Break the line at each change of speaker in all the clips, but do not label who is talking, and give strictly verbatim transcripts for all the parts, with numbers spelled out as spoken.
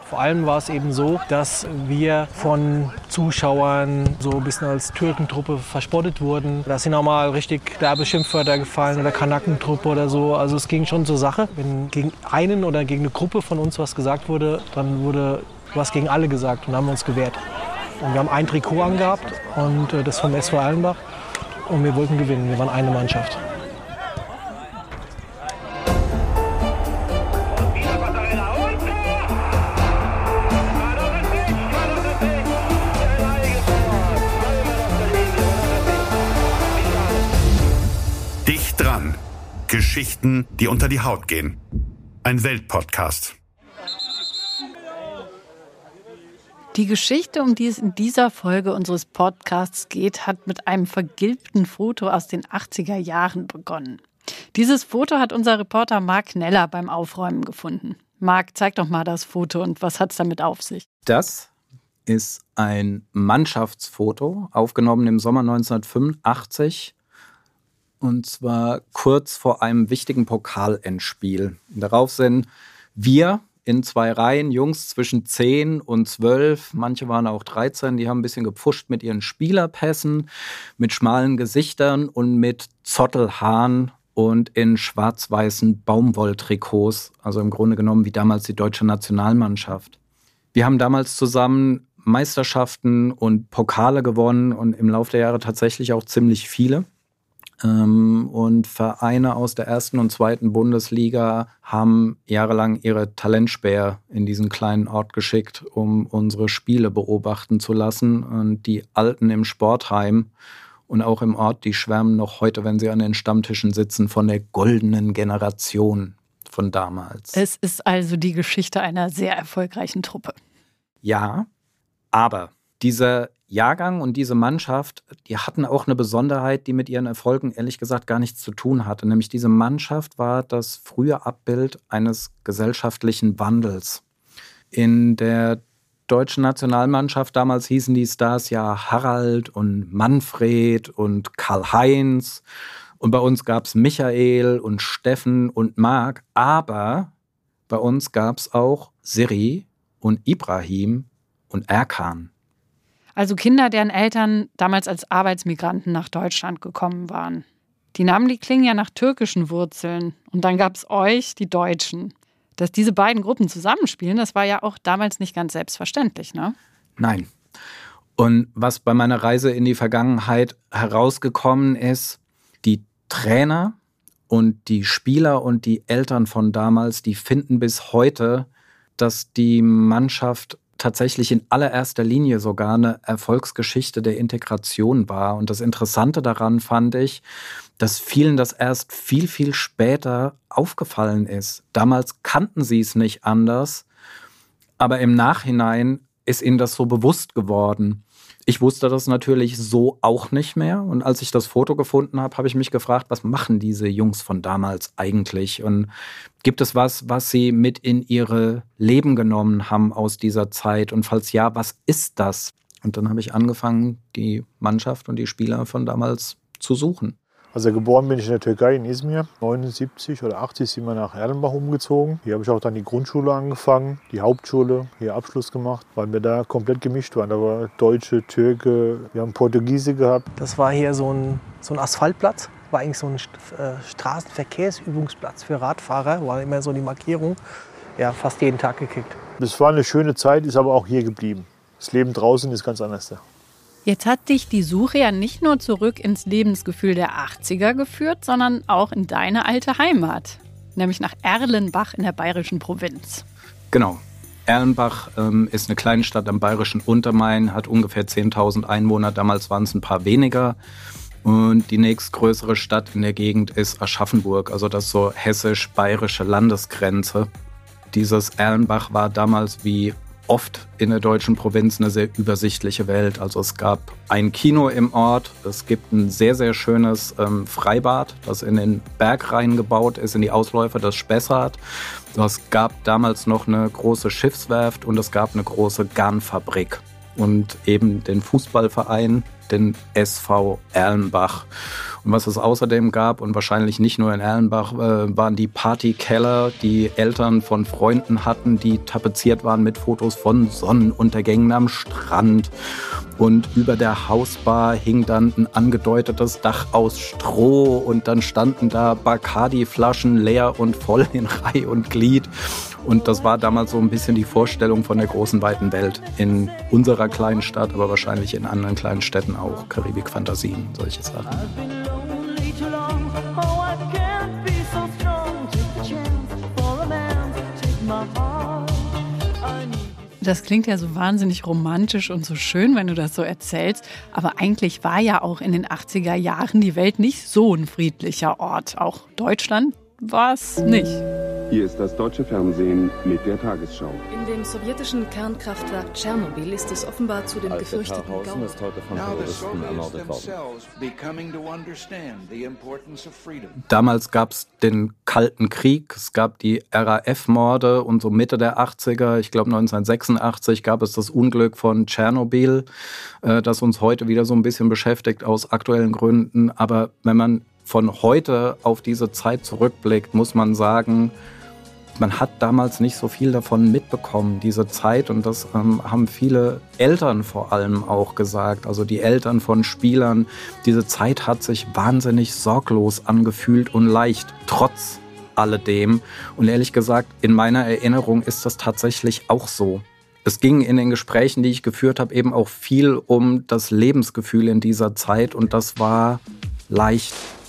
Vor allem war es eben so, dass wir von Zuschauern so ein bisschen als Türkentruppe verspottet wurden. Da sind auch mal richtig derbe Schimpfwörter gefallen oder Kanakentruppe oder so. Also es ging schon zur Sache. Wenn gegen einen oder gegen eine Gruppe von uns was gesagt wurde, dann wurde was gegen alle gesagt und haben wir uns gewehrt. Und wir haben ein Trikot angehabt und das vom S V Erlenbach und wir wollten gewinnen. Wir waren eine Mannschaft.
Dicht dran. Geschichten, die unter die Haut gehen. Ein Weltpodcast.
Die Geschichte, um die es in dieser Folge unseres Podcasts geht, hat mit einem vergilbten Foto aus den achtziger Jahren begonnen. Dieses Foto hat unser Reporter Marc Neller beim Aufräumen gefunden. Marc, zeig doch mal das Foto und was hat es damit auf sich?
Das ist ein Mannschaftsfoto, aufgenommen im Sommer neunzehnhundertfünfundachtzig. Und zwar kurz vor einem wichtigen Pokalendspiel. Darauf sind wir in zwei Reihen, Jungs zwischen zehn und zwölf, manche waren auch dreizehn, die haben ein bisschen gepfuscht mit ihren Spielerpässen, mit schmalen Gesichtern und mit Zottelhaaren und in schwarz-weißen Baumwolltrikots, also im Grunde genommen wie damals die deutsche Nationalmannschaft. Wir haben damals zusammen Meisterschaften und Pokale gewonnen und im Laufe der Jahre tatsächlich auch ziemlich viele. Und Vereine aus der ersten und zweiten Bundesliga haben jahrelang ihre Talentspäher in diesen kleinen Ort geschickt, um unsere Spiele beobachten zu lassen. Und die Alten im Sportheim und auch im Ort, die schwärmen noch heute, wenn sie an den Stammtischen sitzen, von der goldenen Generation von damals.
Es ist also die Geschichte einer sehr erfolgreichen Truppe.
Ja, aber dieser Jahrgang und diese Mannschaft, die hatten auch eine Besonderheit, die mit ihren Erfolgen ehrlich gesagt gar nichts zu tun hatte. Nämlich diese Mannschaft war das frühe Abbild eines gesellschaftlichen Wandels. In der deutschen Nationalmannschaft damals hießen die Stars ja Harald und Manfred und Karl-Heinz. Und bei uns gab es Michael und Steffen und Marc. Aber bei uns gab es auch Siri und Ibrahim und Erkan.
Also Kinder, deren Eltern damals als Arbeitsmigranten nach Deutschland gekommen waren. Die Namen, die klingen ja nach türkischen Wurzeln. Und dann gab es euch, die Deutschen. Dass diese beiden Gruppen zusammenspielen, das war ja auch damals nicht ganz selbstverständlich, ne?
Nein. Und was bei meiner Reise in die Vergangenheit herausgekommen ist, die Trainer und die Spieler und die Eltern von damals, die finden bis heute, dass die Mannschaft tatsächlich in allererster Linie sogar eine Erfolgsgeschichte der Integration war. Und das Interessante daran fand ich, dass vielen das erst viel, viel später aufgefallen ist. Damals kannten sie es nicht anders, aber im Nachhinein ist ihnen das so bewusst geworden. Ich wusste das natürlich so auch nicht mehr. Und als ich das Foto gefunden habe, habe ich mich gefragt, was machen diese Jungs von damals eigentlich? Und gibt es was, was sie mit in ihre Leben genommen haben aus dieser Zeit? Und falls ja, was ist das? Und dann habe ich angefangen, die Mannschaft und die Spieler von damals zu suchen.
Also geboren bin ich in der Türkei, in Izmir. neunundsiebzig oder achtzig sind wir nach Erlenbach umgezogen. Hier habe ich auch dann die Grundschule angefangen, die Hauptschule, hier Abschluss gemacht, weil wir da komplett gemischt waren. Da war Deutsche, Türke, wir haben Portugiese gehabt.
Das war hier so ein, so ein Asphaltplatz, war eigentlich so ein äh, Straßenverkehrsübungsplatz für Radfahrer, war immer so die Markierung. Ja, fast jeden Tag gekickt.
Das war eine schöne Zeit, ist aber auch hier geblieben. Das Leben draußen ist ganz anders da.
Jetzt hat dich die Suche ja nicht nur zurück ins Lebensgefühl der achtziger geführt, sondern auch in deine alte Heimat, nämlich nach Erlenbach in der bayerischen Provinz.
Genau. Erlenbach ähm, ist eine kleine Stadt am bayerischen Untermain, hat ungefähr zehntausend Einwohner, damals waren es ein paar weniger. Und die nächstgrößere Stadt in der Gegend ist Aschaffenburg, also das so hessisch-bayerische Landesgrenze. Dieses Erlenbach war damals wie oft in der deutschen Provinz eine sehr übersichtliche Welt. Also es gab ein Kino im Ort, es gibt ein sehr, sehr schönes ähm, Freibad, das in den Berg reingebaut ist, in die Ausläufer des Spessart. Es gab damals noch eine große Schiffswerft und es gab eine große Garnfabrik. Und eben den Fußballverein, den S V Erlenbach. Und was es außerdem gab, und wahrscheinlich nicht nur in Erlenbach, äh, waren die Partykeller, die Eltern von Freunden hatten, die tapeziert waren mit Fotos von Sonnenuntergängen am Strand. Und über der Hausbar hing dann ein angedeutetes Dach aus Stroh und dann standen da Bacardi-Flaschen leer und voll in Reih und Glied. Und das war damals so ein bisschen die Vorstellung von der großen, weiten Welt. In unserer kleinen Stadt, aber wahrscheinlich in anderen kleinen Städten auch. Karibik-Fantasien, solche Sachen.
Das klingt ja so wahnsinnig romantisch und so schön, wenn du das so erzählst. Aber eigentlich war ja auch in den achtziger Jahren die Welt nicht so ein friedlicher Ort. Auch Deutschland war es nicht.
Hier ist das deutsche Fernsehen mit der Tagesschau.
In dem sowjetischen Kernkraftwerk Tschernobyl ist es offenbar zu dem gefürchteten Gau.
ist heute von Terroristen ermordet worden.
Damals gab es den Kalten Krieg, es gab die R A F-Morde und so Mitte der achtziger, ich glaube neunzehnhundertsechsundachtzig, gab es das Unglück von Tschernobyl, äh, das uns heute wieder so ein bisschen beschäftigt aus aktuellen Gründen. Aber wenn man von heute auf diese Zeit zurückblickt, muss man sagen, man hat damals nicht so viel davon mitbekommen, diese Zeit. Und das ähm, haben viele Eltern vor allem auch gesagt. Also die Eltern von Spielern. Diese Zeit hat sich wahnsinnig sorglos angefühlt und leicht, trotz alledem. Und ehrlich gesagt, in meiner Erinnerung ist das tatsächlich auch so. Es ging in den Gesprächen, die ich geführt habe, eben auch viel um das Lebensgefühl in dieser Zeit. Und das war leicht.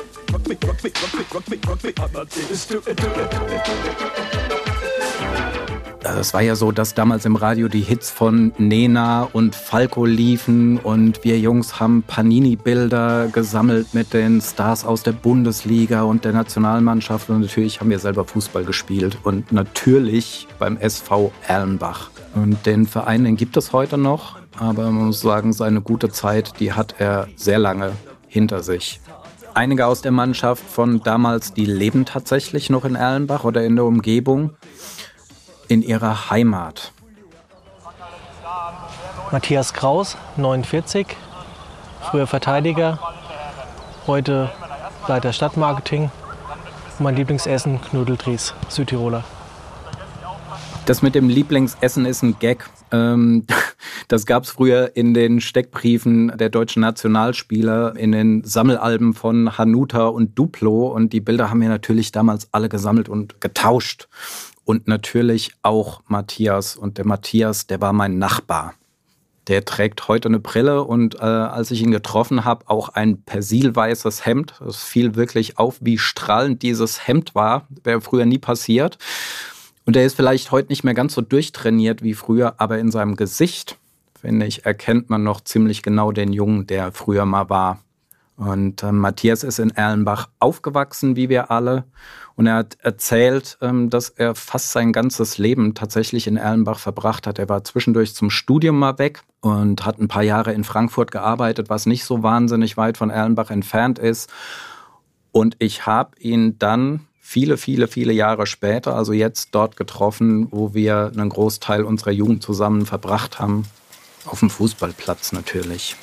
Also es war ja so, dass damals im Radio die Hits von Nena und Falco liefen und wir Jungs haben Panini-Bilder gesammelt mit den Stars aus der Bundesliga und der Nationalmannschaft und natürlich haben wir selber Fußball gespielt und natürlich beim S V Erlenbach. Und den Verein, den gibt es heute noch, aber man muss sagen, seine gute Zeit, die hat er sehr lange hinter sich. Einige aus der Mannschaft von damals, die leben tatsächlich noch in Erlenbach oder in der Umgebung, in ihrer Heimat.
Matthias Kraus, neunundvierzig, früher Verteidiger, heute Leiter Stadtmarketing. Mein Lieblingsessen, Knödeldries, Südtiroler.
Das mit dem Lieblingsessen ist ein Gag. Das gab es früher in den Steckbriefen der deutschen Nationalspieler, in den Sammelalben von Hanuta und Duplo. Und die Bilder haben wir natürlich damals alle gesammelt und getauscht. Und natürlich auch Matthias. Und der Matthias, der war mein Nachbar. Der trägt heute eine Brille und äh, als ich ihn getroffen habe, auch ein persilweißes Hemd. Es fiel wirklich auf, wie strahlend dieses Hemd war. Wäre früher nie passiert. Und er ist vielleicht heute nicht mehr ganz so durchtrainiert wie früher, aber in seinem Gesicht, finde ich, erkennt man noch ziemlich genau den Jungen, der früher mal war. Und äh, Matthias ist in Erlenbach aufgewachsen, wie wir alle. Und er hat erzählt, ähm, dass er fast sein ganzes Leben tatsächlich in Erlenbach verbracht hat. Er war zwischendurch zum Studium mal weg und hat ein paar Jahre in Frankfurt gearbeitet, was nicht so wahnsinnig weit von Erlenbach entfernt ist. Und ich habe ihn dann viele, viele, viele Jahre später, also jetzt dort getroffen, wo wir einen Großteil unserer Jugend zusammen verbracht haben. Auf dem Fußballplatz natürlich.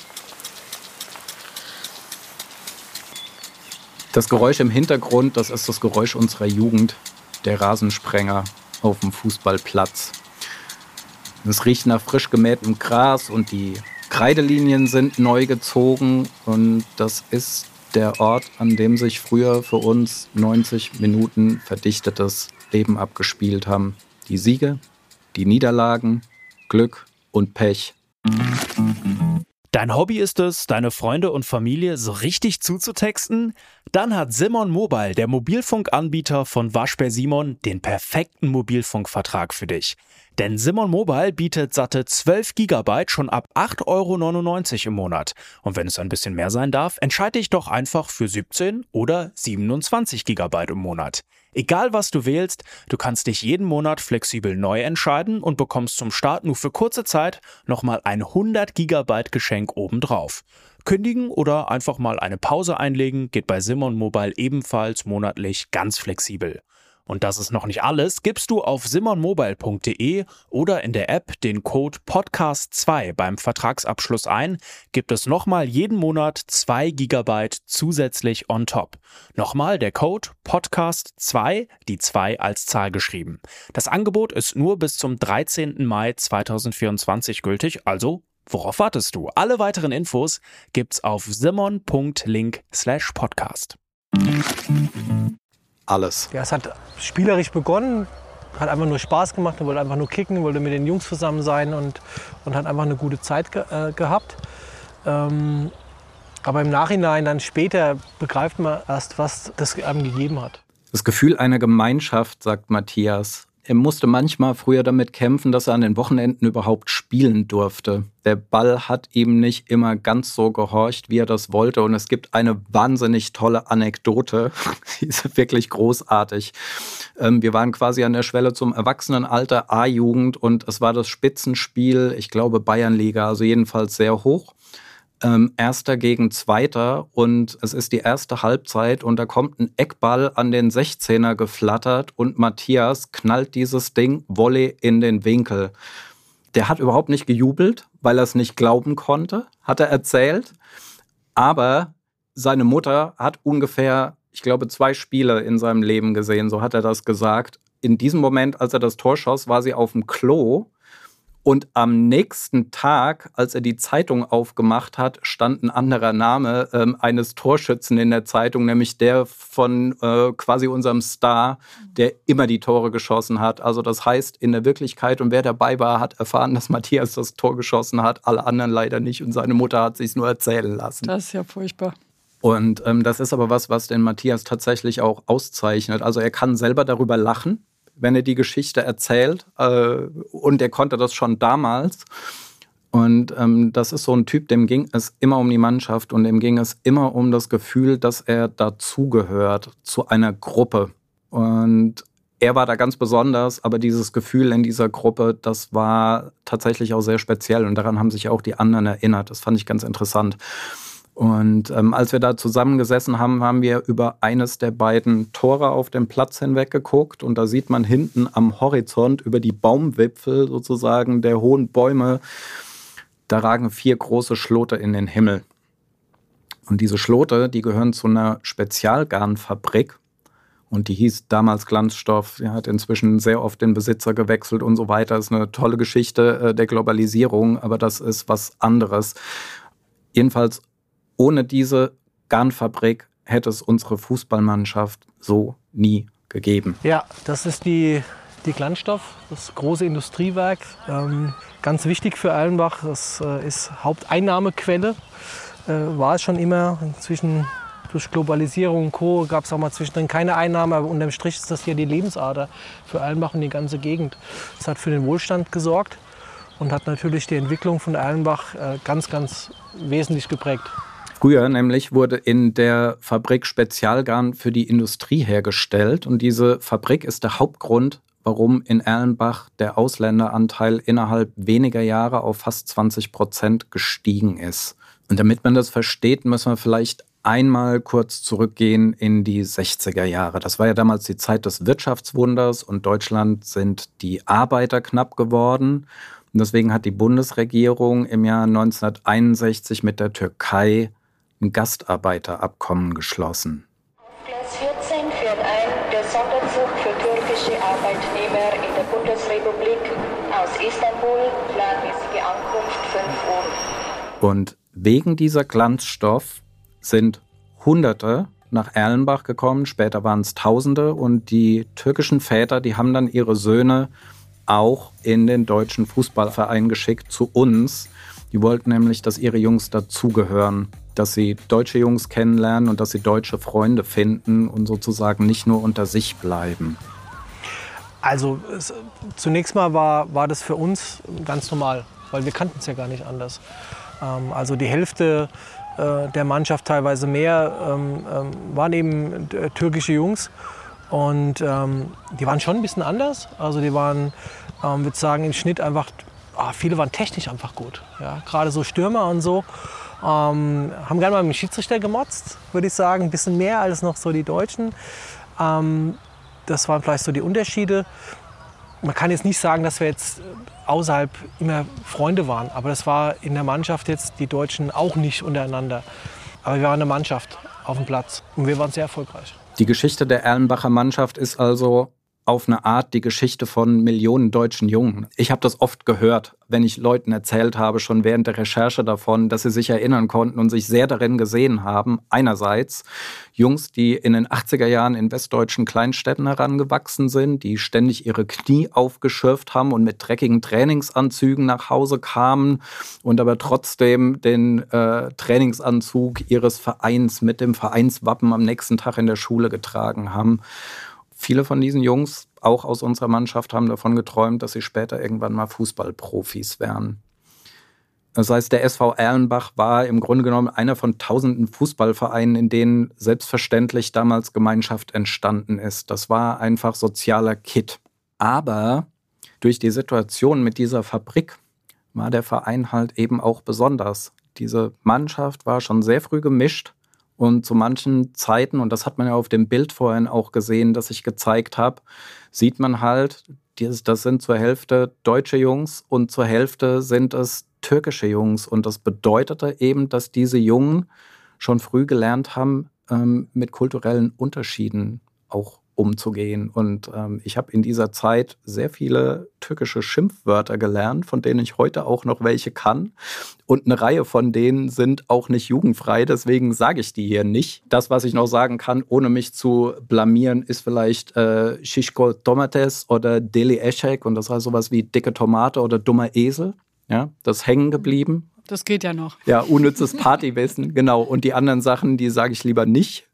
Das Geräusch im Hintergrund, das ist das Geräusch unserer Jugend, der Rasensprenger auf dem Fußballplatz. Es riecht nach frisch gemähtem Gras und die Kreidelinien sind neu gezogen und das ist der Ort, an dem sich früher für uns neunzig Minuten verdichtetes Leben abgespielt haben. Die Siege, die Niederlagen, Glück und Pech.
Dein Hobby ist es, deine Freunde und Familie so richtig zuzutexten? Dann hat Simon Mobile, der Mobilfunkanbieter von Waschbär Simon, den perfekten Mobilfunkvertrag für dich. Denn Simon Mobile bietet satte zwölf Gigabyte schon ab acht Euro neunundneunzig im Monat. Und wenn es ein bisschen mehr sein darf, entscheide dich doch einfach für siebzehn oder siebenundzwanzig Gigabyte im Monat. Egal was du wählst, du kannst dich jeden Monat flexibel neu entscheiden und bekommst zum Start nur für kurze Zeit nochmal ein hundert Gigabyte Geschenk obendrauf. Kündigen oder einfach mal eine Pause einlegen geht bei Simon Mobile ebenfalls monatlich ganz flexibel. Und das ist noch nicht alles, gibst du auf simon mobile punkt de oder in der App den Code Podcast zwei beim Vertragsabschluss ein, gibt es nochmal jeden Monat zwei Gigabyte zusätzlich on top. Nochmal der Code Podcast zwei, die zwei als Zahl geschrieben. Das Angebot ist nur bis zum dreizehnten Mai zweitausendvierundzwanzig gültig, also worauf wartest du? Alle weiteren Infos gibt's auf simon punkt link slash podcast.
Alles.
Ja, es hat spielerisch begonnen, hat einfach nur Spaß gemacht, er wollte einfach nur kicken, wollte mit den Jungs zusammen sein und, und hat einfach eine gute Zeit ge äh, gehabt. Ähm, aber im Nachhinein, dann später, begreift man erst, was das einem gegeben hat.
Das Gefühl einer Gemeinschaft, sagt Matthias. Er musste manchmal früher damit kämpfen, dass er an den Wochenenden überhaupt spielen durfte. Der Ball hat ihm nicht immer ganz so gehorcht, wie er das wollte. Und es gibt eine wahnsinnig tolle Anekdote, die ist wirklich großartig. Ähm, wir waren quasi an der Schwelle zum Erwachsenenalter, A-Jugend, und es war das Spitzenspiel, ich glaube Bayernliga, also jedenfalls sehr hoch. Ähm, Erster gegen Zweiter und es ist die erste Halbzeit und da kommt ein Eckball an den sechzehner geflattert und Matthias knallt dieses Ding Volley in den Winkel. Der hat überhaupt nicht gejubelt, weil er es nicht glauben konnte, hat er erzählt. Aber seine Mutter hat ungefähr, ich glaube, zwei Spiele in seinem Leben gesehen, so hat er das gesagt. In diesem Moment, als er das Tor schoss, war sie auf dem Klo. Und am nächsten Tag, als er die Zeitung aufgemacht hat, stand ein anderer Name ähm, eines Torschützen in der Zeitung, nämlich der von äh, quasi unserem Star, der immer die Tore geschossen hat. Also das heißt, in der Wirklichkeit, und wer dabei war, hat erfahren, dass Matthias das Tor geschossen hat, alle anderen leider nicht. Und seine Mutter hat sich's nur erzählen lassen.
Das ist ja furchtbar.
Und ähm, das ist aber was, was den Matthias tatsächlich auch auszeichnet. Also er kann selber darüber lachen, wenn er die Geschichte erzählt. Äh, und er konnte das schon damals. Und ähm, das ist so ein Typ, dem ging es immer um die Mannschaft und dem ging es immer um das Gefühl, dass er dazugehört zu einer Gruppe. Und er war da ganz besonders, aber dieses Gefühl in dieser Gruppe, das war tatsächlich auch sehr speziell. Und daran haben sich auch die anderen erinnert. Das fand ich ganz interessant. Und ähm, als wir da zusammengesessen haben, haben wir über eines der beiden Tore auf dem Platz hinweg geguckt. Und da sieht man hinten am Horizont über die Baumwipfel sozusagen der hohen Bäume, da ragen vier große Schlote in den Himmel. Und diese Schlote, die gehören zu einer Spezialgarnfabrik. Und die hieß damals Glanzstoff. Die hat inzwischen sehr oft den Besitzer gewechselt und so weiter. Das ist eine tolle Geschichte äh, der Globalisierung, aber das ist was anderes. Jedenfalls ohne diese Garnfabrik hätte es unsere Fußballmannschaft so nie gegeben.
Ja, das ist die, die Glanzstoff, das große Industriewerk. Ähm, ganz wichtig für Erlenbach. Das äh, ist Haupteinnahmequelle. Äh, war es schon immer. Inzwischen durch Globalisierung und Co. gab es auch mal zwischendrin keine Einnahme. Aber unterm Strich ist das hier die Lebensader für Erlenbach und die ganze Gegend. Das hat für den Wohlstand gesorgt und hat natürlich die Entwicklung von Erlenbach äh, ganz, ganz wesentlich geprägt.
Früher nämlich wurde in der Fabrik Spezialgarn für die Industrie hergestellt. Und diese Fabrik ist der Hauptgrund, warum in Erlenbach der Ausländeranteil innerhalb weniger Jahre auf fast zwanzig Prozent gestiegen ist. Und damit man das versteht, müssen wir vielleicht einmal kurz zurückgehen in die sechziger Jahre. Das war ja damals die Zeit des Wirtschaftswunders und Deutschland sind die Arbeiter knapp geworden. Und deswegen hat die Bundesregierung im Jahr neunzehnhunderteinundsechzig mit der Türkei ein Gastarbeiterabkommen geschlossen.
Gleis vierzehn fährt ein der Sonderzug für türkische Arbeitnehmer in der Bundesrepublik aus Istanbul, planmäßige Ankunft fünf Uhr.
Und wegen dieser Glanzstoff sind Hunderte nach Erlenbach gekommen, später waren es Tausende und die türkischen Väter, die haben dann ihre Söhne auch in den deutschen Fußballverein geschickt, zu uns. Die wollten nämlich, dass ihre Jungs dazugehören, dass sie deutsche Jungs kennenlernen und dass sie deutsche Freunde finden und sozusagen nicht nur unter sich bleiben.
Also es, zunächst mal war, war das für uns ganz normal, weil wir kannten es ja gar nicht anders. Ähm, also die Hälfte äh, der Mannschaft, teilweise mehr, ähm, ähm, waren eben äh, türkische Jungs. Und ähm, die waren schon ein bisschen anders. Also die waren, ähm, würde ich sagen, im Schnitt einfach, ah, viele waren technisch einfach gut. Ja? Gerade so Stürmer und so. Ähm, haben gerne mal mit dem Schiedsrichter gemotzt, würde ich sagen. Ein bisschen mehr als noch so die Deutschen. Ähm, das waren vielleicht so die Unterschiede. Man kann jetzt nicht sagen, dass wir jetzt außerhalb immer Freunde waren, aber das war in der Mannschaft jetzt die Deutschen auch nicht untereinander. Aber wir waren eine Mannschaft auf dem Platz und wir waren sehr erfolgreich.
Die Geschichte der Erlenbacher Mannschaft ist also auf eine Art die Geschichte von Millionen deutschen Jungen. Ich habe das oft gehört, wenn ich Leuten erzählt habe, schon während der Recherche davon, dass sie sich erinnern konnten und sich sehr darin gesehen haben. Einerseits Jungs, die in den achtziger Jahren in westdeutschen Kleinstädten herangewachsen sind, die ständig ihre Knie aufgeschürft haben und mit dreckigen Trainingsanzügen nach Hause kamen und aber trotzdem den äh, Trainingsanzug ihres Vereins mit dem Vereinswappen am nächsten Tag in der Schule getragen haben. Viele von diesen Jungs, auch aus unserer Mannschaft, haben davon geträumt, dass sie später irgendwann mal Fußballprofis werden. Das heißt, der S V Erlenbach war im Grunde genommen einer von tausenden Fußballvereinen, in denen selbstverständlich damals Gemeinschaft entstanden ist. Das war einfach sozialer Kitt. Aber durch die Situation mit dieser Fabrik war der Verein halt eben auch besonders. Diese Mannschaft war schon sehr früh gemischt. Und zu manchen Zeiten, und das hat man ja auf dem Bild vorhin auch gesehen, das ich gezeigt habe, sieht man halt, das sind zur Hälfte deutsche Jungs und zur Hälfte sind es türkische Jungs. Und das bedeutete eben, dass diese Jungen schon früh gelernt haben, mit kulturellen Unterschieden auch umzugehen. Und ähm, ich habe in dieser Zeit sehr viele türkische Schimpfwörter gelernt, von denen ich heute auch noch welche kann. Und eine Reihe von denen sind auch nicht jugendfrei, deswegen sage ich die hier nicht. Das, was ich noch sagen kann, ohne mich zu blamieren, ist vielleicht äh, Shishko Tomates oder Deli Eşek. Und das heißt sowas wie dicke Tomate oder dummer Esel. Ja, das ist hängen geblieben.
Das geht ja noch.
Ja, unnützes Partywissen, genau. Und die anderen Sachen, die sage ich lieber nicht.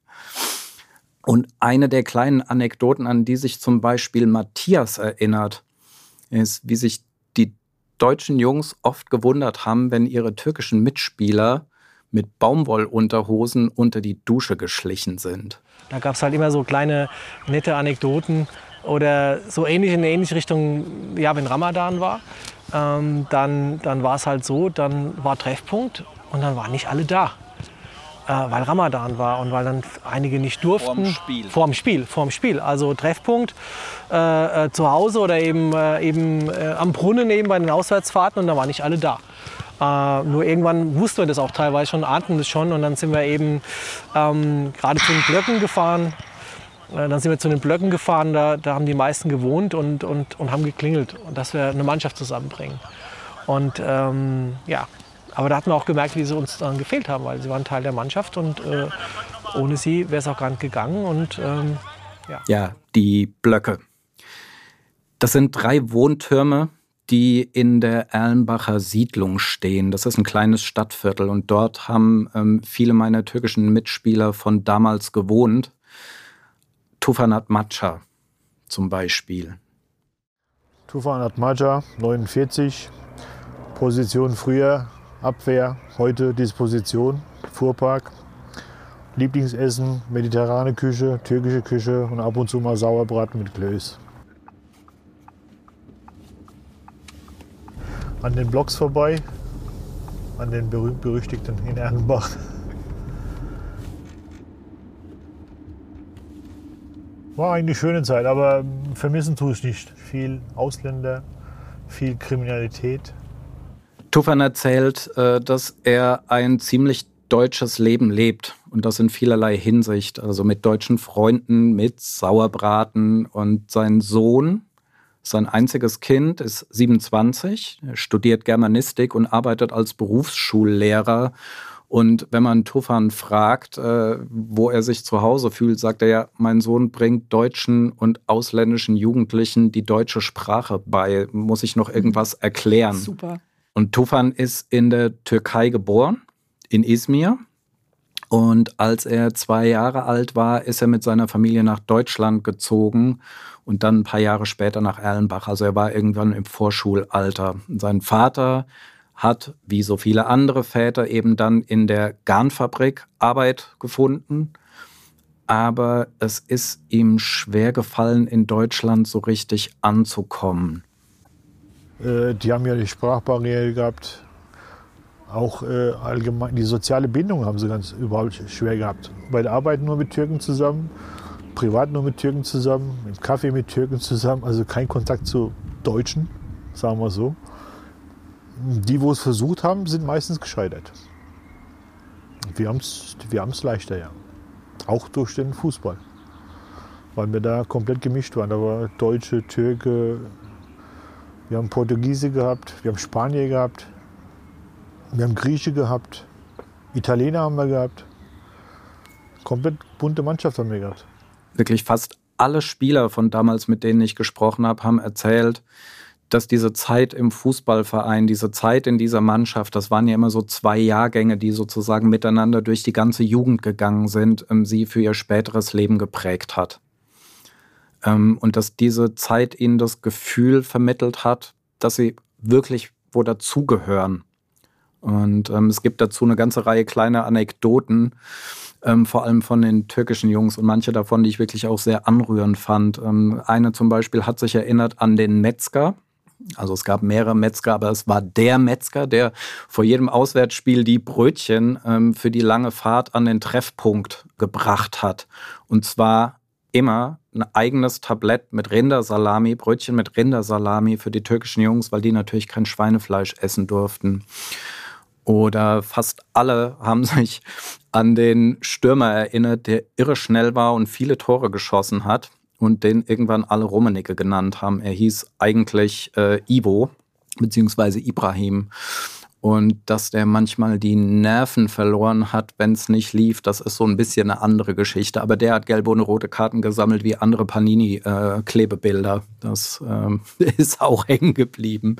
Und eine der kleinen Anekdoten, an die sich zum Beispiel Matthias erinnert, ist, wie sich die deutschen Jungs oft gewundert haben, wenn ihre türkischen Mitspieler mit Baumwollunterhosen unter die Dusche geschlichen sind.
Da gab es halt immer so kleine, nette Anekdoten oder so ähnlich in eine ähnliche Richtung, ja, wenn Ramadan war. Ähm, dann dann war es halt so, dann war Treffpunkt und dann waren nicht alle da. Weil Ramadan war und weil dann einige nicht durften. Vorm Spiel. Vorm Spiel, vorm Spiel. Also Treffpunkt äh, äh, zu Hause oder eben, äh, eben äh, am Brunnen eben bei den Auswärtsfahrten und da waren nicht alle da. Äh, nur irgendwann wussten wir das auch teilweise schon, ahnten das schon und dann sind wir eben ähm, gerade zu den Blöcken gefahren. Äh, dann sind wir zu den Blöcken gefahren, da, da haben die meisten gewohnt und, und, und haben geklingelt, und dass wir eine Mannschaft zusammenbringen. Und ähm, ja. Aber da hat man auch gemerkt, wie sie uns dann gefehlt haben, weil sie waren Teil der Mannschaft und äh, ohne sie wäre es auch gar nicht gegangen. Und, ähm, ja.
ja, die Blöcke. Das sind drei Wohntürme, die in der Erlenbacher Siedlung stehen. Das ist ein kleines Stadtviertel und dort haben ähm, viele meiner türkischen Mitspieler von damals gewohnt. Tufan Atmaca zum Beispiel.
Tufan Atmaca, neunundvierzig, Position früher. Abwehr, heute Disposition, Fuhrpark, Lieblingsessen, mediterrane Küche, türkische Küche und ab und zu mal Sauerbraten mit Klöß. An den Blocks vorbei, an den berühmt-berüchtigten in Erlenbach. War eigentlich eine schöne Zeit, aber vermissen tue ich nicht. Viel Ausländer, viel Kriminalität.
Tufan erzählt, dass er ein ziemlich deutsches Leben lebt und das in vielerlei Hinsicht, also mit deutschen Freunden, mit Sauerbraten, und sein Sohn, sein einziges Kind, ist siebenundzwanzig, er studiert Germanistik und arbeitet als Berufsschullehrer. Und wenn man Tufan fragt, wo er sich zu Hause fühlt, sagt er ja, mein Sohn bringt deutschen und ausländischen Jugendlichen die deutsche Sprache bei. Muss ich noch irgendwas erklären?
Super.
Und Tufan ist in der Türkei geboren, in Izmir. Und als er zwei Jahre alt war, ist er mit seiner Familie nach Deutschland gezogen und dann ein paar Jahre später nach Erlenbach. Also er war irgendwann im Vorschulalter. Und sein Vater hat, wie so viele andere Väter, eben dann in der Garnfabrik Arbeit gefunden. Aber es ist ihm schwer gefallen, in Deutschland so richtig anzukommen.
Die haben ja die Sprachbarriere gehabt, auch äh, allgemein die soziale Bindung haben sie ganz überhaupt schwer gehabt. Bei der Arbeit nur mit Türken zusammen, privat nur mit Türken zusammen, im Café mit Türken zusammen, also kein Kontakt zu Deutschen, sagen wir so. Die, wo es versucht haben, sind meistens gescheitert. Wir haben es wir haben's leichter, ja. Auch durch den Fußball. Weil wir da komplett gemischt waren. Da war Deutsche, Türke, wir haben Portugiese gehabt, wir haben Spanier gehabt, wir haben Grieche gehabt, Italiener haben wir gehabt. Komplett bunte Mannschaft haben wir gehabt.
Wirklich fast alle Spieler von damals, mit denen ich gesprochen habe, haben erzählt, dass diese Zeit im Fußballverein, diese Zeit in dieser Mannschaft, das waren ja immer so zwei Jahrgänge, die sozusagen miteinander durch die ganze Jugend gegangen sind, ähm, sie für ihr späteres Leben geprägt hat. Ähm, und dass diese Zeit ihnen das Gefühl vermittelt hat, dass sie wirklich wo dazugehören. Und ähm, es gibt dazu eine ganze Reihe kleiner Anekdoten, ähm, vor allem von den türkischen Jungs und manche davon, die ich wirklich auch sehr anrührend fand. Ähm, eine zum Beispiel hat sich erinnert an den Metzger. Also es gab mehrere Metzger, aber es war der Metzger, der vor jedem Auswärtsspiel die Brötchen ähm, für die lange Fahrt an den Treffpunkt gebracht hat. Und zwar immer ein eigenes Tablett mit Rindersalami, Brötchen mit Rindersalami für die türkischen Jungs, weil die natürlich kein Schweinefleisch essen durften. Oder fast alle haben sich an den Stürmer erinnert, der irre schnell war und viele Tore geschossen hat und den irgendwann alle Rummenigge genannt haben. Er hieß eigentlich äh, Ivo, beziehungsweise Ibrahim. Und dass der manchmal die Nerven verloren hat, wenn es nicht lief, das ist so ein bisschen eine andere Geschichte. Aber der hat gelbe und rote Karten gesammelt wie andere Panini-Klebebilder. Äh, das äh, ist auch hängen geblieben.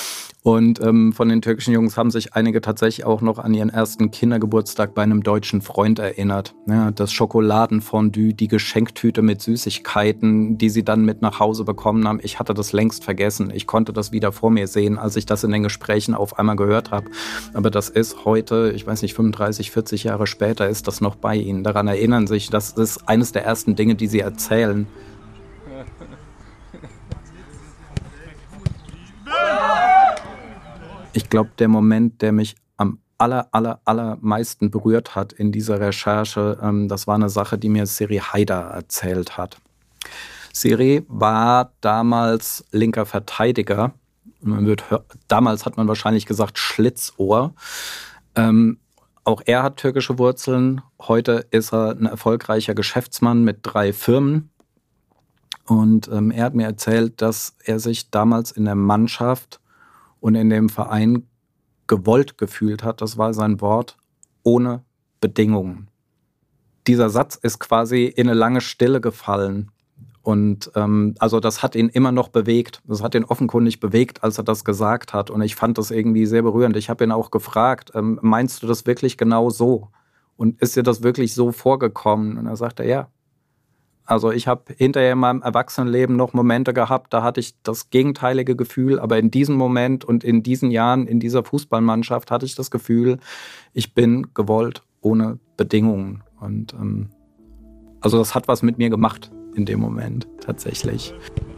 Und ähm, von den türkischen Jungs haben sich einige tatsächlich auch noch an ihren ersten Kindergeburtstag bei einem deutschen Freund erinnert. Ja, das Schokoladenfondue, die Geschenktüte mit Süßigkeiten, die sie dann mit nach Hause bekommen haben. Ich hatte das längst vergessen. Ich konnte das wieder vor mir sehen, als ich das in den Gesprächen auf einmal gehört habe. Aber das ist heute, ich weiß nicht, fünfunddreißig, vierzig Jahre später ist das noch bei ihnen. Daran erinnern sich, das ist eines der ersten Dinge, die sie erzählen. Ich glaube, der Moment, der mich am aller, aller, allermeisten berührt hat in dieser Recherche, ähm, das war eine Sache, die mir Seri Haydar erzählt hat. Seri war damals linker Verteidiger. Man wird, damals hat man wahrscheinlich gesagt Schlitzohr. Ähm, auch er hat türkische Wurzeln. Heute ist er ein erfolgreicher Geschäftsmann mit drei Firmen. Und ähm, er hat mir erzählt, dass er sich damals in der Mannschaft und in dem Verein gewollt gefühlt hat, das war sein Wort, ohne Bedingungen. Dieser Satz ist quasi in eine lange Stille gefallen. Und ähm, also das hat ihn immer noch bewegt. Das hat ihn offenkundig bewegt, als er das gesagt hat. Und ich fand das irgendwie sehr berührend. Ich habe ihn auch gefragt, ähm, meinst du das wirklich genau so? Und ist dir das wirklich so vorgekommen? Und er sagte, ja. Also ich habe hinterher in meinem Erwachsenenleben noch Momente gehabt, da hatte ich das gegenteilige Gefühl, aber in diesem Moment und in diesen Jahren in dieser Fußballmannschaft hatte ich das Gefühl, ich bin gewollt ohne Bedingungen. Und ähm, also das hat was mit mir gemacht in dem Moment tatsächlich.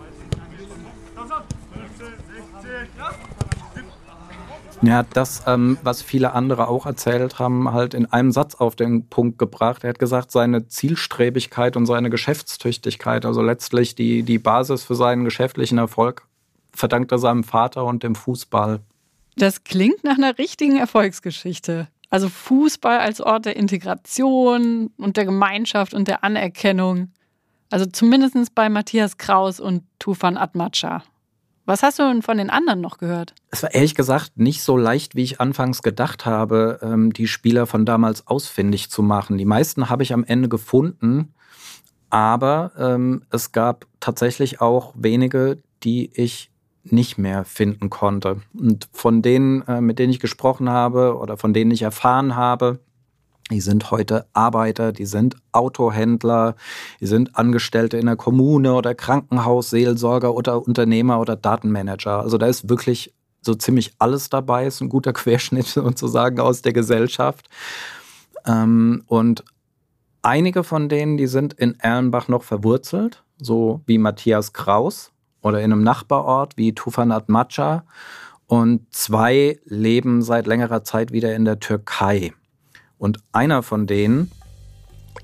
Ja, das, ähm, was viele andere auch erzählt haben, halt in einem Satz auf den Punkt gebracht. Er hat gesagt, seine Zielstrebigkeit und seine Geschäftstüchtigkeit, also letztlich die, die Basis für seinen geschäftlichen Erfolg, verdankt er seinem Vater und dem Fußball.
Das klingt nach einer richtigen Erfolgsgeschichte. Also Fußball als Ort der Integration und der Gemeinschaft und der Anerkennung. Also zumindest bei Matthias Kraus und Tufan Atmaca. Was hast du denn von den anderen noch gehört?
Es war ehrlich gesagt nicht so leicht, wie ich anfangs gedacht habe, die Spieler von damals ausfindig zu machen. Die meisten habe ich am Ende gefunden, aber ähm, es gab tatsächlich auch wenige, die ich nicht mehr finden konnte. Und von denen, äh, mit denen ich gesprochen habe oder von denen ich erfahren habe, die sind heute Arbeiter, die sind Autohändler, die sind Angestellte in der Kommune oder Krankenhausseelsorger oder Unternehmer oder Datenmanager. Also da ist wirklich so ziemlich alles dabei, ist ein guter Querschnitt sozusagen aus der Gesellschaft. Ähm, und einige von denen, die sind in Erlenbach noch verwurzelt, so wie Matthias Kraus oder in einem Nachbarort wie Tufan Atmaca. Und zwei leben seit längerer Zeit wieder in der Türkei. Und einer von denen ist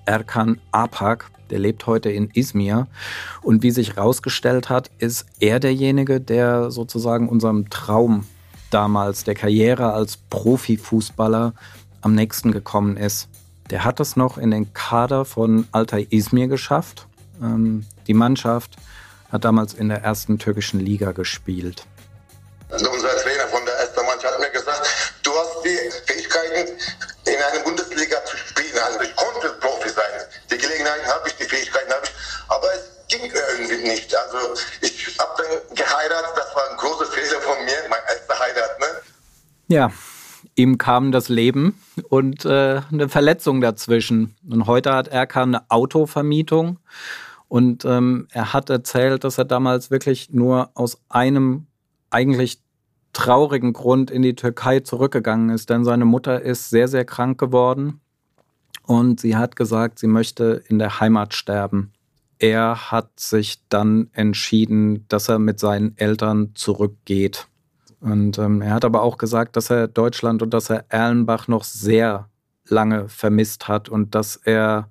Erkan Apak. Der lebt heute in Izmir. Und wie sich herausgestellt hat, ist er derjenige, der sozusagen unserem Traum damals, der Karriere als Profifußballer, am nächsten gekommen ist. Der hat es noch in den Kader von Altay Izmir geschafft. Ähm, die Mannschaft hat damals in der ersten türkischen Liga gespielt.
Also unser Trainer von der ersten Mannschaft hat mir gesagt, du hast die Fähigkeiten, in einer Bundesliga zu spielen. Also ich konnte Profi sein. Die Gelegenheiten habe ich, die Fähigkeiten habe ich. Aber es ging irgendwie nicht. Also ich habe dann geheiratet. Das war ein großer Fehler von mir, meine erste Heirat. Ne?
Ja, ihm kam das Leben und äh, eine Verletzung dazwischen. Und heute hat Erkan eine Autovermietung. Und ähm, er hat erzählt, dass er damals wirklich nur aus einem eigentlich traurigen Grund in die Türkei zurückgegangen ist. Denn seine Mutter ist sehr, sehr krank geworden. Und sie hat gesagt, sie möchte in der Heimat sterben. Er hat sich dann entschieden, dass er mit seinen Eltern zurückgeht. Und ähm, er hat aber auch gesagt, dass er Deutschland und dass er Erlenbach noch sehr lange vermisst hat und dass er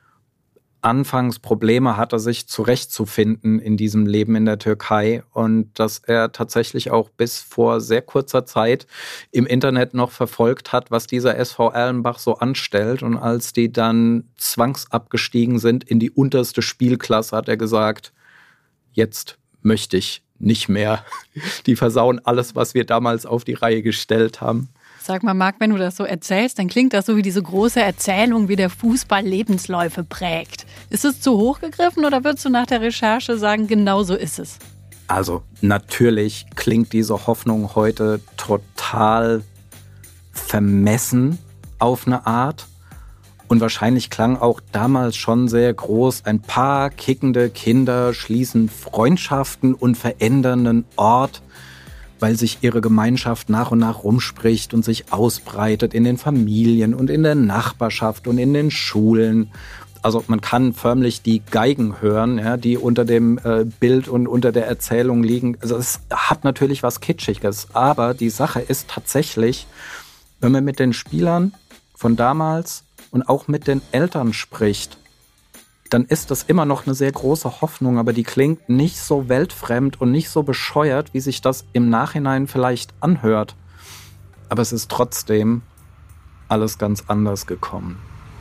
anfangs Probleme hatte, sich zurechtzufinden in diesem Leben in der Türkei und dass er tatsächlich auch bis vor sehr kurzer Zeit im Internet noch verfolgt hat, was dieser S V Erlenbach so anstellt. Und als die dann zwangsabgestiegen sind in die unterste Spielklasse, hat er gesagt, jetzt möchte ich nicht mehr. Die versauen alles, was wir damals auf die Reihe gestellt haben.
Sag mal, Marc, wenn du das so erzählst, dann klingt das so wie diese große Erzählung, wie der Fußball Lebensläufe prägt. Ist es zu hoch gegriffen oder würdest du nach der Recherche sagen, genau so ist es?
Also natürlich klingt diese Hoffnung heute total vermessen auf eine Art. Und wahrscheinlich klang auch damals schon sehr groß, ein paar kickende Kinder schließen Freundschaften und verändern einen Ort, weil sich ihre Gemeinschaft nach und nach rumspricht und sich ausbreitet in den Familien und in der Nachbarschaft und in den Schulen. Also man kann förmlich die Geigen hören, ja, die unter dem äh, Bild und unter der Erzählung liegen. Also es hat natürlich was Kitschiges, aber die Sache ist tatsächlich, wenn man mit den Spielern von damals und auch mit den Eltern spricht, dann ist das immer noch eine sehr große Hoffnung, aber die klingt nicht so weltfremd und nicht so bescheuert, wie sich das im Nachhinein vielleicht anhört. Aber es ist trotzdem alles ganz anders gekommen.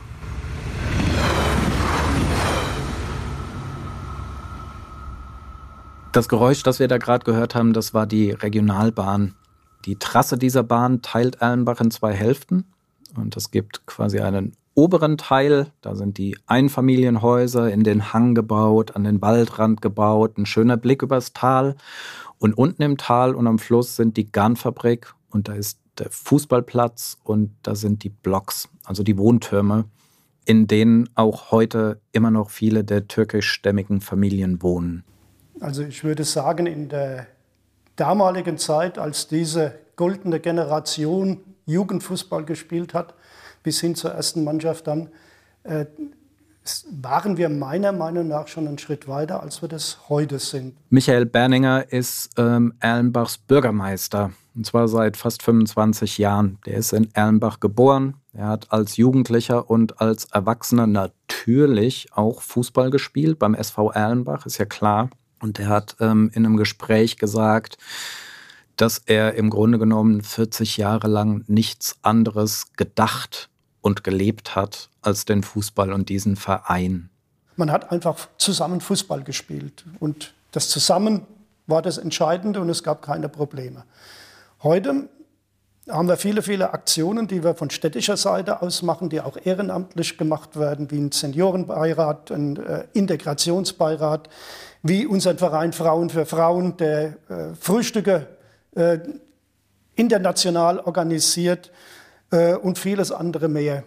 Das Geräusch, das wir da gerade gehört haben, das war die Regionalbahn. Die Trasse dieser Bahn teilt Erlenbach in zwei Hälften und es gibt quasi einen oberen Teil, da sind die Einfamilienhäuser in den Hang gebaut, an den Waldrand gebaut, ein schöner Blick übers Tal. Und unten im Tal und am Fluss sind die Garnfabrik und da ist der Fußballplatz und da sind die Blocks, also die Wohntürme, in denen auch heute immer noch viele der türkischstämmigen Familien wohnen.
Also ich würde sagen, in der damaligen Zeit, als diese goldene Generation Jugendfußball gespielt hat, bis hin zur ersten Mannschaft dann, äh, waren wir meiner Meinung nach schon einen Schritt weiter, als wir das heute sind.
Michael Berninger ist ähm, Erlenbachs Bürgermeister, und zwar seit fast fünfundzwanzig Jahren. Der ist in Erlenbach geboren. Er hat als Jugendlicher und als Erwachsener natürlich auch Fußball gespielt beim S V Erlenbach, ist ja klar. Und er hat ähm, in einem Gespräch gesagt, dass er im Grunde genommen vierzig Jahre lang nichts anderes gedacht und gelebt hat als den Fußball und diesen Verein.
Man hat einfach zusammen Fußball gespielt und das Zusammen war das Entscheidende und es gab keine Probleme. Heute haben wir viele, viele Aktionen, die wir von städtischer Seite aus machen, die auch ehrenamtlich gemacht werden, wie ein Seniorenbeirat, ein äh, Integrationsbeirat, wie unser Verein Frauen für Frauen, der äh, Frühstücke äh, international organisiert äh, und vieles andere mehr.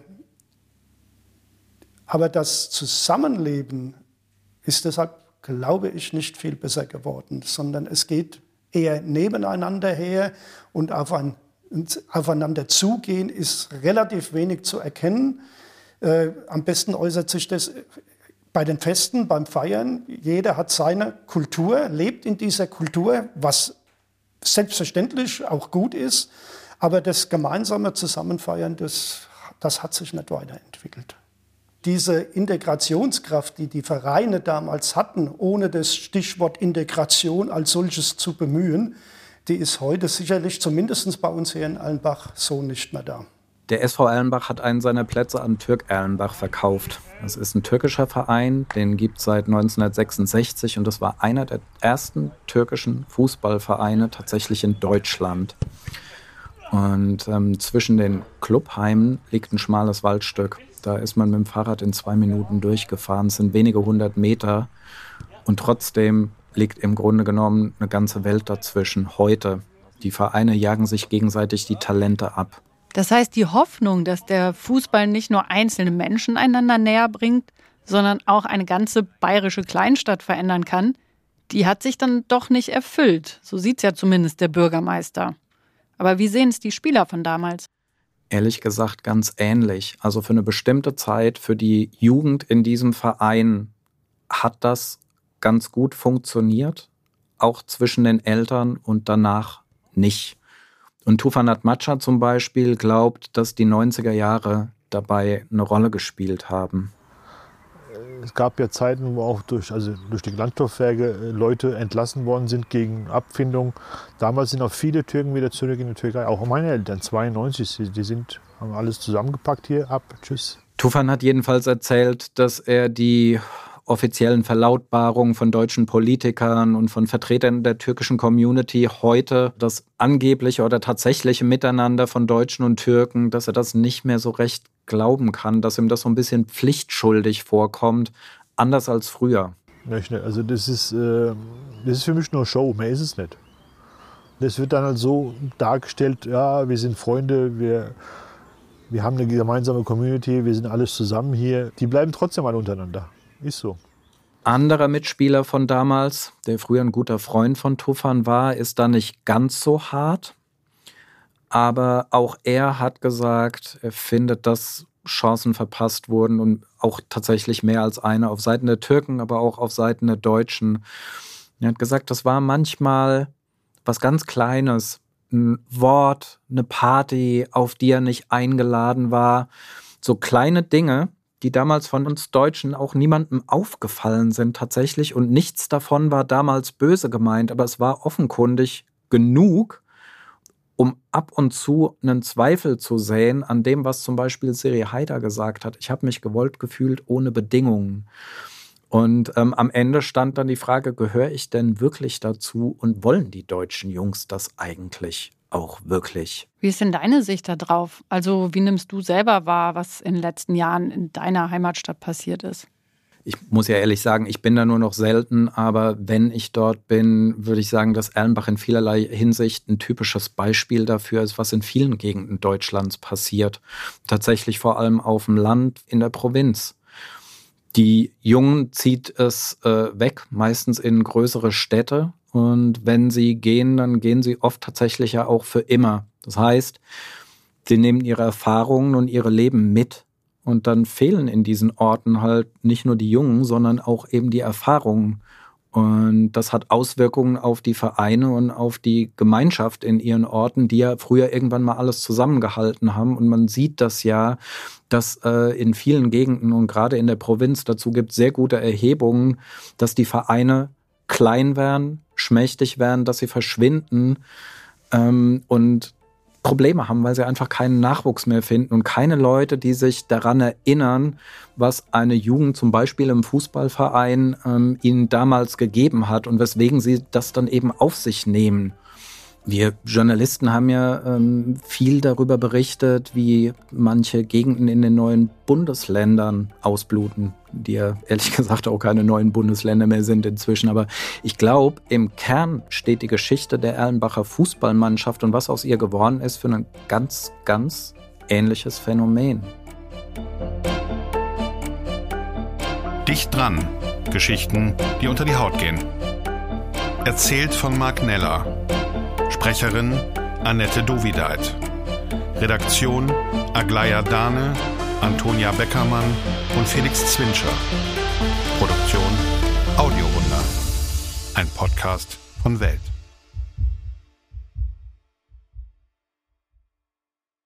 Aber das Zusammenleben ist deshalb, glaube ich, nicht viel besser geworden, sondern es geht eher nebeneinander her und auf ein aufeinander zugehen ist relativ wenig zu erkennen. Äh, am besten äußert sich das bei den Festen, beim Feiern. Jeder hat seine Kultur, lebt in dieser Kultur, was selbstverständlich auch gut ist. Aber das gemeinsame Zusammenfeiern, das, das hat sich nicht weiterentwickelt. diese Integrationskraft, die die Vereine damals hatten, ohne das Stichwort Integration als solches zu bemühen, die ist heute sicherlich zumindest bei uns hier in Erlenbach so nicht mehr da.
Der S V Erlenbach hat einen seiner Plätze an Türk Erlenbach verkauft. Das ist ein türkischer Verein, den gibt es seit neunzehnhundertsechsundsechzig und das war einer der ersten türkischen Fußballvereine tatsächlich in Deutschland. Und ähm, zwischen den Clubheimen liegt ein schmales Waldstück. Da ist man mit dem Fahrrad in zwei Minuten durchgefahren. Es sind wenige hundert Meter und trotzdem liegt im Grunde genommen eine ganze Welt dazwischen. Heute, die Vereine jagen sich gegenseitig die Talente ab.
Das heißt, die Hoffnung, dass der Fußball nicht nur einzelne Menschen einander näher bringt, sondern auch eine ganze bayerische Kleinstadt verändern kann, die hat sich dann doch nicht erfüllt. So sieht's ja zumindest der Bürgermeister. Aber wie sehen es die Spieler von damals?
Ehrlich gesagt ganz ähnlich. Also für eine bestimmte Zeit, für die Jugend in diesem Verein hat das ganz gut funktioniert, auch zwischen den Eltern und danach nicht. Und Tufan Atmaca zum Beispiel glaubt, dass die neunziger Jahre dabei eine Rolle gespielt haben.
Es gab ja Zeiten, wo auch durch, also durch die Landstoffwerke Leute entlassen worden sind gegen Abfindung. Damals sind auch viele Türken wieder zurück in die Türkei, auch meine Eltern, zweiundneunzig, die sind, haben alles zusammengepackt hier, ab, tschüss.
Tufan hat jedenfalls erzählt, dass er die offiziellen Verlautbarungen von deutschen Politikern und von Vertretern der türkischen Community heute, das angebliche oder tatsächliche Miteinander von Deutschen und Türken, dass er das nicht mehr so recht glauben kann, dass ihm das so ein bisschen pflichtschuldig vorkommt, anders als früher.
Also das ist, äh, das ist für mich nur Show, mehr ist es nicht. Das wird dann halt so dargestellt, ja, wir sind Freunde, wir, wir haben eine gemeinsame Community, wir sind alles zusammen hier. Die bleiben trotzdem alle untereinander. Ist so.
Anderer Mitspieler von damals, der früher ein guter Freund von Tufan war, ist da nicht ganz so hart. Aber auch er hat gesagt, er findet, dass Chancen verpasst wurden und auch tatsächlich mehr als eine auf Seiten der Türken, aber auch auf Seiten der Deutschen. Er hat gesagt, das war manchmal was ganz Kleines, ein Wort, eine Party, auf die er nicht eingeladen war. So kleine Dinge, die damals von uns Deutschen auch niemandem aufgefallen sind tatsächlich. Und nichts davon war damals böse gemeint, aber es war offenkundig genug, um ab und zu einen Zweifel zu säen an dem, was zum Beispiel Siri Haider gesagt hat. Ich habe mich gewollt gefühlt ohne Bedingungen. Und ähm, am Ende stand dann die Frage, gehöre ich denn wirklich dazu und wollen die deutschen Jungs das eigentlich auch wirklich?
Wie ist denn deine Sicht da drauf? Also wie nimmst du selber wahr, was in den letzten Jahren in deiner Heimatstadt passiert ist?
Ich muss ja ehrlich sagen, ich bin da nur noch selten, aber wenn ich dort bin, würde ich sagen, dass Erlenbach in vielerlei Hinsicht ein typisches Beispiel dafür ist, was in vielen Gegenden Deutschlands passiert. Tatsächlich vor allem auf dem Land, in der Provinz. Die Jungen zieht es äh, weg, meistens in größere Städte. Und wenn sie gehen, dann gehen sie oft tatsächlich ja auch für immer. Das heißt, sie nehmen ihre Erfahrungen und ihre Leben mit. Und dann fehlen in diesen Orten halt nicht nur die Jungen, sondern auch eben die Erfahrungen. Und das hat Auswirkungen auf die Vereine und auf die Gemeinschaft in ihren Orten, die ja früher irgendwann mal alles zusammengehalten haben. Und man sieht das ja, dass äh, in vielen Gegenden und gerade in der Provinz, dazu gibt es sehr gute Erhebungen, dass die Vereine klein werden, schmächtig werden, dass sie verschwinden ähm, und Probleme haben, weil sie einfach keinen Nachwuchs mehr finden und keine Leute, die sich daran erinnern, was eine Jugend zum Beispiel im Fußballverein ähm, ihnen damals gegeben hat und weswegen sie das dann eben auf sich nehmen. Wir Journalisten haben ja ähm, viel darüber berichtet, wie manche Gegenden in den neuen Bundesländern ausbluten, die ja ehrlich gesagt auch keine neuen Bundesländer mehr sind inzwischen. Aber ich glaube, im Kern steht die Geschichte der Erlenbacher Fußballmannschaft und was aus ihr geworden ist für ein ganz, ganz ähnliches Phänomen.
Dicht dran. Geschichten, die unter die Haut gehen. Erzählt von Mark Neller. Sprecherin Annette Dovideit. Redaktion Aglaya Dahne, Antonia Beckermann und Felix Zwintscher. Produktion Audiowunder. Ein Podcast von Welt.